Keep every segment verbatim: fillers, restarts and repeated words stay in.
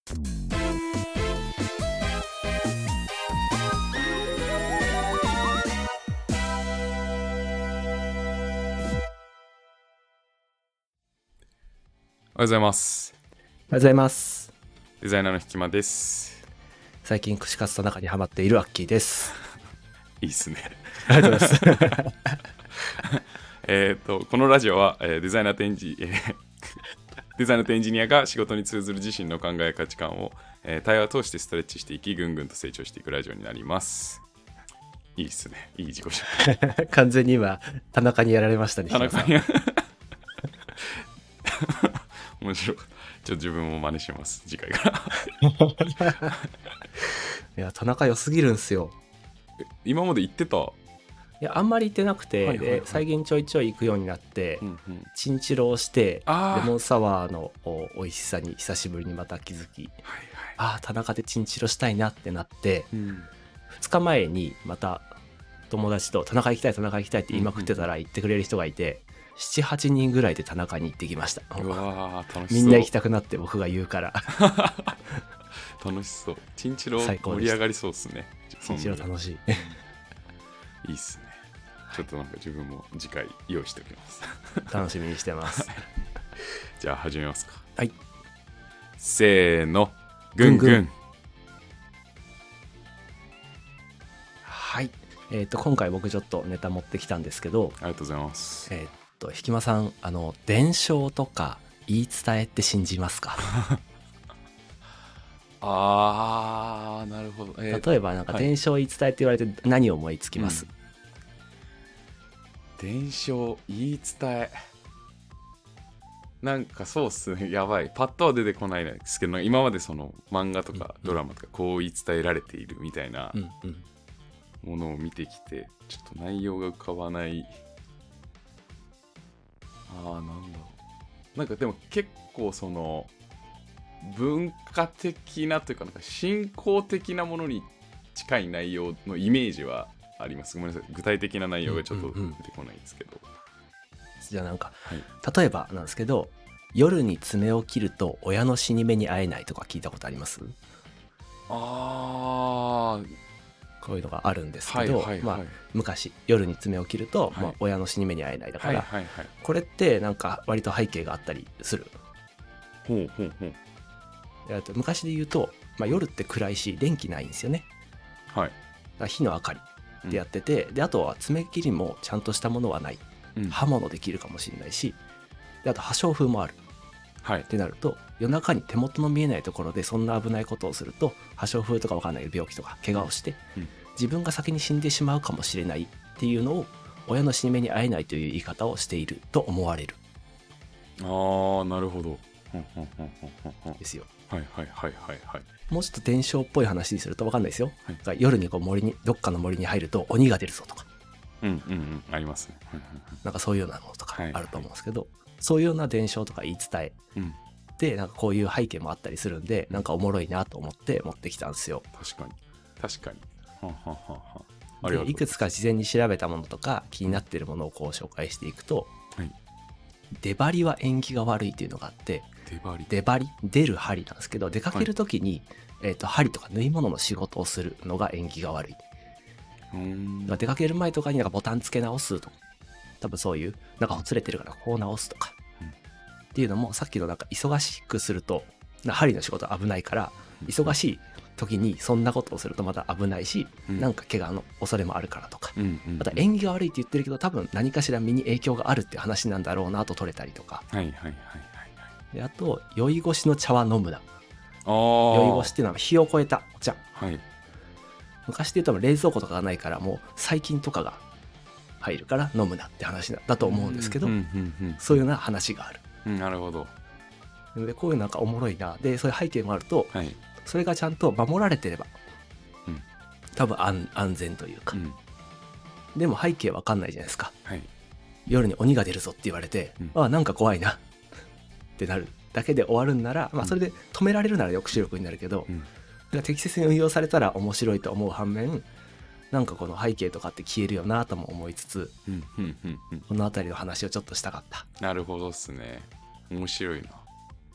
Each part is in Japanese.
おはようございます。 おはようございます。 デザイナーのひきまです。 最近串カツ田中にハマっているアッキーです。 いいっすね。 ありがとうございます。 えっとこのラジオは、えー、デザイナーとエンジ、えー、デザイナーとエンジニアが仕事に通ずる自身の考え価値観を、えー、対話を通してストレッチしていき、ぐんぐんと成長していくラジオになります。いいっすね。いい自己紹介。 完全に今田中にやられましたね。 田中にや面白い。ちょっと自分も真似します、次回からいや、田中良すぎるんすよ。 今まで言ってた？ いや、あんまり行ってなくて、はいはいはい、で最近ちょいちょい行くようになって、うんうん、チンチロをしてレモンサワーの美味しさに久しぶりにまた気づき、はいはい、ああ田中でチンチロしたいなってなって、うん、ふつかまえにまた友達と田中行きたい田中行きたいって言いまくってたら行ってくれる人がいて、ななはちにんぐらいで田中に行ってきました。 うわー楽しそう。 みんな行きたくなって僕が言うから楽しそう。チンチロ盛り上がりそうですね。 チンチロ楽しいいいっすね。ちょっとなんか自分も次回用意しておきます楽しみにしてますじゃあ始めますか。 はい、 せーの、ぐんぐん。ぐんぐん。 はい、えーと今回僕ちょっとネタ持ってきたんですけど、 ありがとうございます。 えーひきまさん、あの伝承とか言い伝えって信じますか？ あーなるほど、 えー、例えばなんか伝承言い伝えって言われて何を思いつきます？ うん、伝承言い伝えなんかそうっすね。やばい、パッとは出てこないですけど、今までその漫画とかドラマとかこう言い伝えられているみたいなものを見てきて、ちょっと内容が浮かばない。ああ、なんだろう。なんかでも結構その文化的なというか、なんか信仰的なものに近い内容のイメージはあります。ごめんなさい、具体的な内容がちょっと出てこないんですけど、うんうんうん、 じゃあなんか、はい、例えばなんですけど、夜に爪を切ると親の死に目に会えないとか聞いたことあります？ あー、 こういうのがあるんですけど、はいはいはい、まあ、昔夜に爪を切ると、はい、まあ、親の死に目に会えないだから、はいはいはい、これってなんか割と背景があったりする。 ほうほうほう。 昔で言うと、まあ、夜って暗いし電気ないんですよね。 はい。 だから火の明かりでやってて、うん、であとは爪切りもちゃんとしたものはない、うん、刃物で切るかもしれないし、であと破傷風もある、はい、ってなると夜中に手元の見えないところでそんな危ないことをすると破傷風とか分かんない病気とか怪我をして、うん、自分が先に死んでしまうかもしれないっていうのを親の死に目に会えないという言い方をしていると思われる。 あーなるほどですよ。 はいはいはいはいはい。 もうちょっと伝承っぽい話にすると分かんないですよ、はい、夜にこう森にどっかの森に入ると鬼が出るぞとか、 うんうんうん、ありますねなんかそういうようなものとかあると思うんですけど、はいはい、そういうような伝承とか言い伝え、うん、でなんかこういう背景もあったりするんで、なんかおもろいなと思って持ってきたんですよ。 確かに確かに。ははははでいくつか事前に調べたものとか気になっているものをこう紹介していくと、はい、出張りは縁起が悪いっていうのがあって、 出張り出張り出る針なんですけど、出かけるときに、はい、えーと針とか縫い物の仕事をするのが縁起が悪い。うーん、出かける前とかになんかボタン付け直すとか、多分そういうなんかほつれてるからこう直すとか、うん、っていうのもさっきのなんか忙しくすると針の仕事危ないから、忙しい時にそんなことをするとまた危ないし、うん、なんか怪我の恐れもあるからとか、うんうんうん、また縁起が悪いって言ってるけど多分何かしら身に影響があるっていう話なんだろうなと取れたりとか、 はいはいはいはい、 であと酔い越しの茶は飲むな。酔い越しっていうのは日を超えたお茶、はい、昔で言うと冷蔵庫とかがないからもう細菌とかが入るから飲むなって話だと思うんですけど、うんうんうんうん、そういうような話がある、 うん、なるほど。 でこういうなんかおもろいな。でそういう背景もあると、はい、それがちゃんと守られてれば、うん、多分 安, 安全というか、うん、でも背景わかんないじゃないですか、はい、夜に鬼が出るぞって言われて、うん、あなんか怖いなってなるだけで終わるんなら、まあ、それで止められるなら抑止力になるけど、うん、適切に運用されたら面白いと思う反面、なんかこの背景とかって消えるよなとも思いつつ、うんうんうんうん、このあたりの話をちょっとしたかった。 なるほどっすね。面白いな。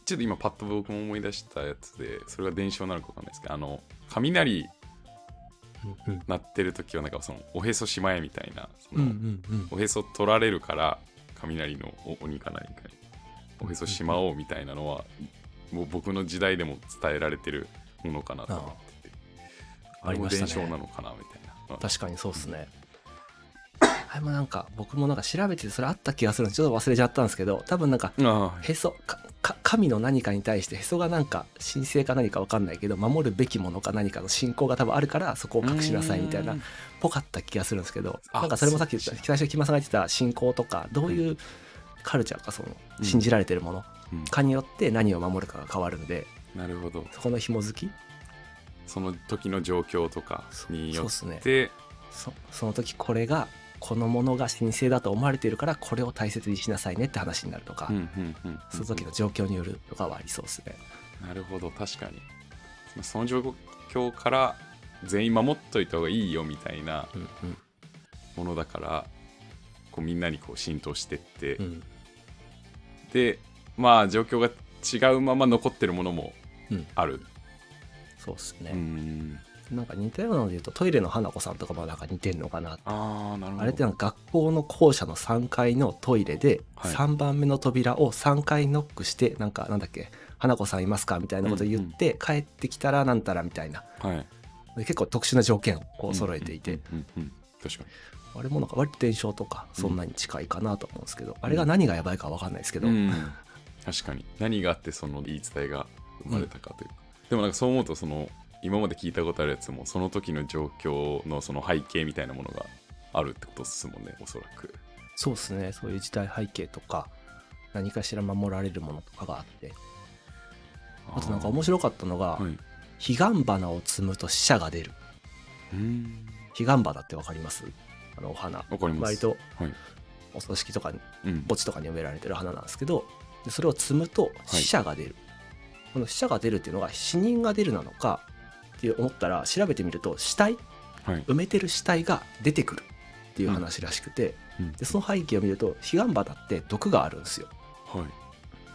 ちょっと今パッと僕も思い出したやつで、それが伝承なのか分かんないですけど、あの雷鳴ってる時はなんかそのおへそしまえみたいな、そのおへそ取られるから雷の鬼か何かにおへそしまおうみたいなのはもう僕の時代でも伝えられてるものかなと思ってて、あれも伝承なのかなみたいな。 確かにそうですね。あれもなんか僕もなんか調べててそれあった気がするんでちょっと忘れちゃったんですけど、多分なんかへそかか神の何かに対してへそがなんか神聖か何か分かんないけど守るべきものか何かの信仰が多分あるからそこを隠しなさいみたいなぽかった気がするんですけど、なんかそれもさっき言った最初木間さんが言ってた信仰とかどういうカルチャーかその信じられてるものかによって何を守るかが変わるんで、 なるほど、 そこの紐づきその時の状況とかによってそ, ね、そ, その時これがこのものが神聖だと思われているからこれを大切にしなさいねって話になるとか、うんうんうんうん、その時の状況によるとかはありそうですね。 なるほど、確かにその状況から全員守っといた方がいいよみたいなものだから、うんうん、こうみんなにこう浸透してって、うん、でまあ状況が違うまま残ってるものもある、うん、 そうですね。うんなんか似たようなので言うとトイレの花子さんとかもなんか似てんのかなって。 あー、なるほど。 あれってなんか学校の校舎のさんかいのトイレでさんばんめの扉をさんかいノックしてなんかなんだっけ花子さんいますかみたいなこと言って帰ってきたらなんたらみたいな、はい、結構特殊な条件をこう揃えていて、 確かにあれもなんか割と伝承とかそんなに近いかなと思うんですけど、うん、あれが何がやばいか分かんないですけど、うん、 確かに何があってその言い伝えが生まれたかというか、うん、でもなんかそう思うとその今まで聞いたことあるやつもその時の状況のその背景みたいなものがあるってことですもんね、おそらく。 そうですね、そういう時代背景とか何かしら守られるものとかがあって、 あ, あとなんか面白かったのが、はい、彼岸花を摘むと死者が出る。うーん、彼岸花って分かります？あのお花、 分かります。 割とお葬式とかに、うん、墓地とかに埋められてる花なんですけど、でそれを摘むと死者が出る、はい、この死者が出るっていうのが死人が出るなのかって思ったら調べてみると死体、はい、埋めてる死体が出てくるっていう話らしくて、うん、でその背景を見ると彼岸花って毒があるんですよ、はい、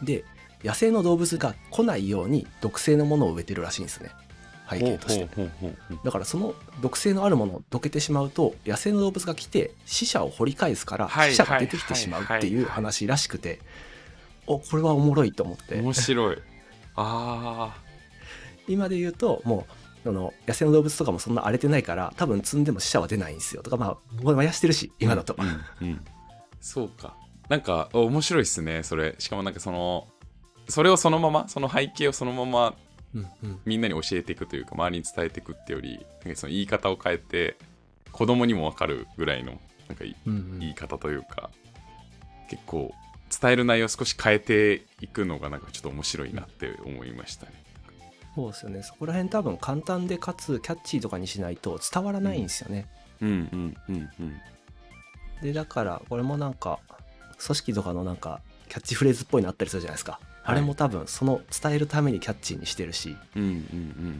で野生の動物が来ないように毒性のものを植えてるらしいんですね、背景として。だからその毒性のあるものをどけてしまうと野生の動物が来て死者を掘り返すから死者が出てきてしまうっていう話らしくて、おこれはおもろいと思って。 面白い。あ今で言うともうあの野生の動物とかもそんな荒れてないから多分積んでも死者は出ないんですよとか、まあ燃やしてるし今だと、うんうんうん、 そうか、なんか面白いっすねそれ。しかもなんかそのそれをそのままその背景をそのままみんなに教えていくというか周りに伝えていくってよりなんかその言い方を変えて子供にも分かるぐらいのなんかい、うんうん、言い方というか結構伝える内容を少し変えていくのがなんかちょっと面白いなって思いましたね。 そうですよね、そこら辺多分簡単でかつキャッチーとかにしないと伝わらないんですよね、うん、うんうんうんうんでだからこれもなんか組織とかのなんかキャッチフレーズっぽいのあったりするじゃないですか、はい、あれも多分その伝えるためにキャッチーにしてるし、うんうんうん、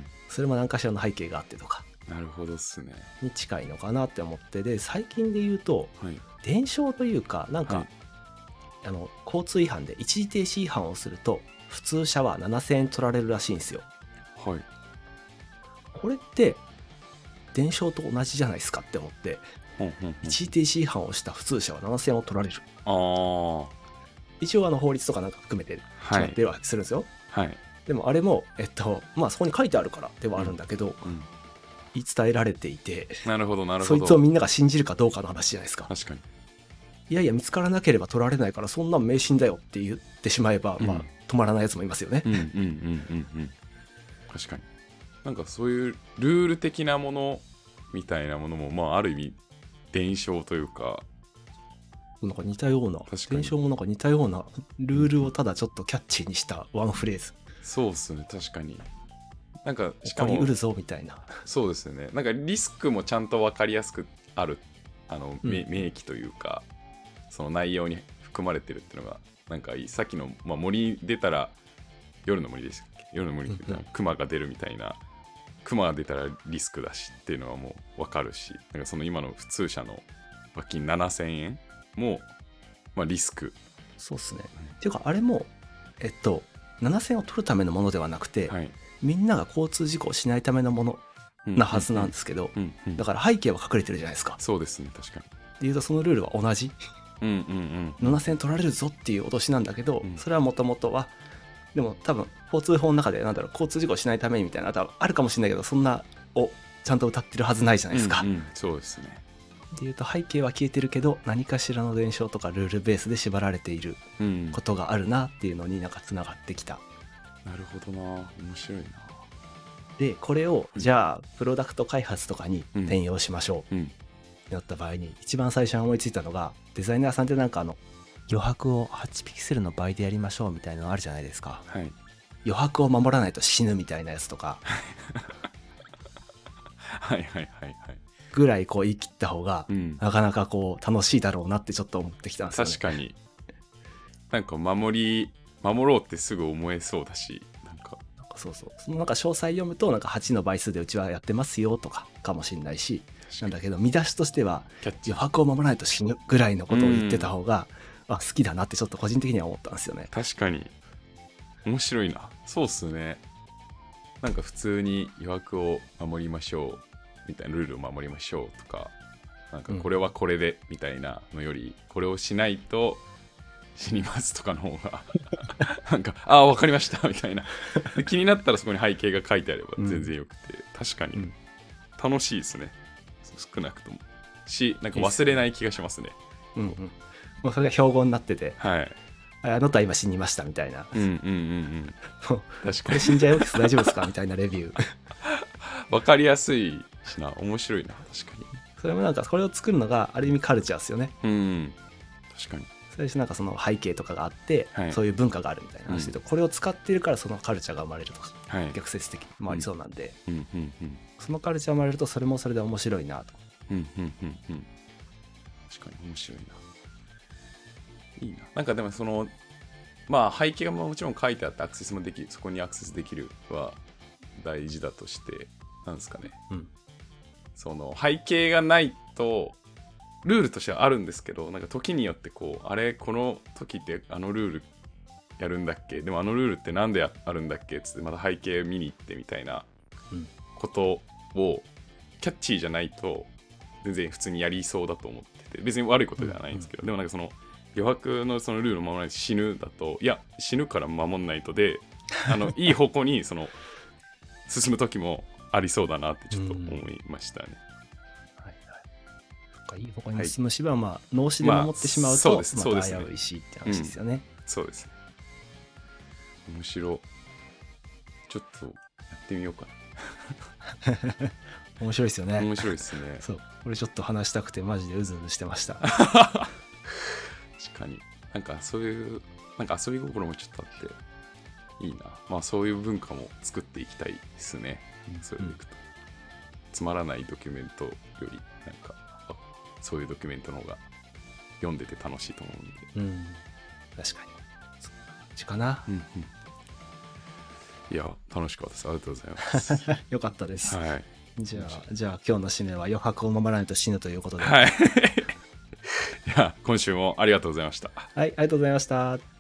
それも何かしらの背景があってとかなるほどっすねに近いのかなって思って、で最近で言うと、はい、伝承というかなんか、はい、あの交通違反で一時停止違反をすると普通車はななせんえん取られるらしいんですよ。はい、これって伝承と同じじゃないですかって思って、うんうんうん、一時停止違反をした普通車はななせんえんを取られる。あ一応あの法律とかなんか含めて決まってるわけするんですよ、はいはい、でもあれも、えっとまあ、そこに書いてあるからではあるんだけど、うんうん、言い伝えられていて、 なるほどなるほど、 そいつをみんなが信じるかどうかの話じゃないですか。 確かに。 いやいや見つからなければ取られないからそんなん迷信だよって言ってしまえば、うん、まあ止まらないやつもいますよね。うんうんうんうんうん、 確かに。なんかそういうルール的なものみたいなものもまあある意味伝承というかなんか似たような伝承もなんか似たようなルールをただちょっとキャッチーにしたワンフレーズ。 そうっすね、確かに。なんかしかもここに売るぞみたいな。 そうですよね。なんかリスクもちゃんと分かりやすくあるあの、うん、明記というかその内容に含まれてるっていうのがなんかいい。さっきの、まあ、森出たら夜の森でしたっけ、夜の森みたいな、うん、クマが出るみたいな、クマが出たらリスクだしっていうのはもう分かるし、なんかその今の普通車の罰金ななせんえんも、まあ、リスク。 そうっすね、うん、っていうかあれもえっとななせんを取るためのものではなくて、 はい、 みんなが交通事故をしないためのものなはずなんですけど、 うんうん、 だから背景は隠れてるじゃないですか。 そうですね、確かに。 でいうとそのルールは同じ、 うんうんうん、 ななせん取られるぞっていう脅しなんだけど、 うん、 それはもともとはでも多分交通法の中でなんだろう、交通事故をしないためにみたいなのはあるかもしれないけど、そんなをちゃんと歌ってるはずないじゃないですか、 うんうん、そうですね。 でいうと背景は消えてるけど何かしらの伝承とかルールベースで縛られていることがあるなっていうのになんかつながってきた、 うん、なるほどな、面白いな。 でこれをじゃあプロダクト開発とかに転用しましょう、 うんうん、 ってなった場合に一番最初に思いついたのが、デザイナーさんってなんかあの余白をはちピクセルの倍でやりましょうみたいなのあるじゃないですか、 はい、 余白を守らないと死ぬみたいなやつとかはいはいはいはいぐらいこう言い切った方が、 うん、 なかなかこう楽しいだろうなってちょっと思ってきたんですよね。 確かになんか守り守ろうってすぐ思えそうだし、なんかなんかそうそう、そのなんか詳細読むとなんかはちの倍数でうちはやってますよとかかもしれないし、なんだけど見出しとしては余白を守らないと死ぬぐらいのことを言ってた方が、うん、あ好きだなってちょっと個人的には思ったんですよね。 確かに面白いな。そうっすね。なんか普通に余白を守りましょうみたいな、ルールを守りましょうとか、なんかこれはこれでみたいなのより、うん、これをしないと死にますとかの方がなんかああ分かりましたみたいなで、気になったらそこに背景が書いてあれば全然よくて、うん、確かに楽しいですね、少なくともし、なんか忘れない気がしますね。 うんうん、もうそれが標語になってて、 はい、 あなたは今死にましたみたいな、 うんうんうんうん確かにこれ死んじゃうよ大丈夫ですかみたいなレビュー分かりやすいしな、面白いな。確かにそれもなんかこれを作るのがある意味カルチャーですよね。 うん、確かに。 最初なんかその背景とかがあって、はい、そういう文化があるみたいな話で、うん、これを使っているからそのカルチャーが生まれるとか、はい、逆説的にもありそうなんで、うんうんうんうん、そのカルチャーが生まれるとそれもそれで面白いなと、 うんうんうんうん、確かに面白いな。いいな。なんかでもそのまあ背景がもちろん書いてあってアクセスもできる、そこにアクセスできるは大事だとして、なんですかね、うん、その背景がないとルールとしてはあるんですけど、なんか時によってこうあれこの時ってあのルールやるんだっけ、でもあのルールってなんであるんだっけつってまた背景見に行ってみたいなことをキャッチーじゃないと全然普通にやりそうだと思ってて、別に悪いことではないんですけど、うんうん、でもなんかその余白のそのルールを守らないと死ぬだと、いや死ぬから守んないとで、あのいい方向にその進む時もありそうだなってちょっと思いましたね。 いい方向に進むしは、まあ脳死で守ってしまうとまた危ういしって話ですよね。 そうですね。むしろちょっとやってみようかな面白いですよね。 面白いですね。 そう、これちょっと話したくてマジでうずうずしてました。 確かになんかそういうなんか遊び心もちょっとあっていいな。まあそういう文化も作っていきたいですね、うん、それでいくと、うん、つまらないドキュメントよりなんかそういうドキュメントの方が読んでて楽しいと思うんで、うん、 確かにそんな感じかな、うんうん、 いや楽しかったです。ありがとうございますよかったです、 はい、 じゃあじゃあ今日の締めは余白を守らないと死ぬということで、 はいいや今週もありがとうございました。 はい、ありがとうございました。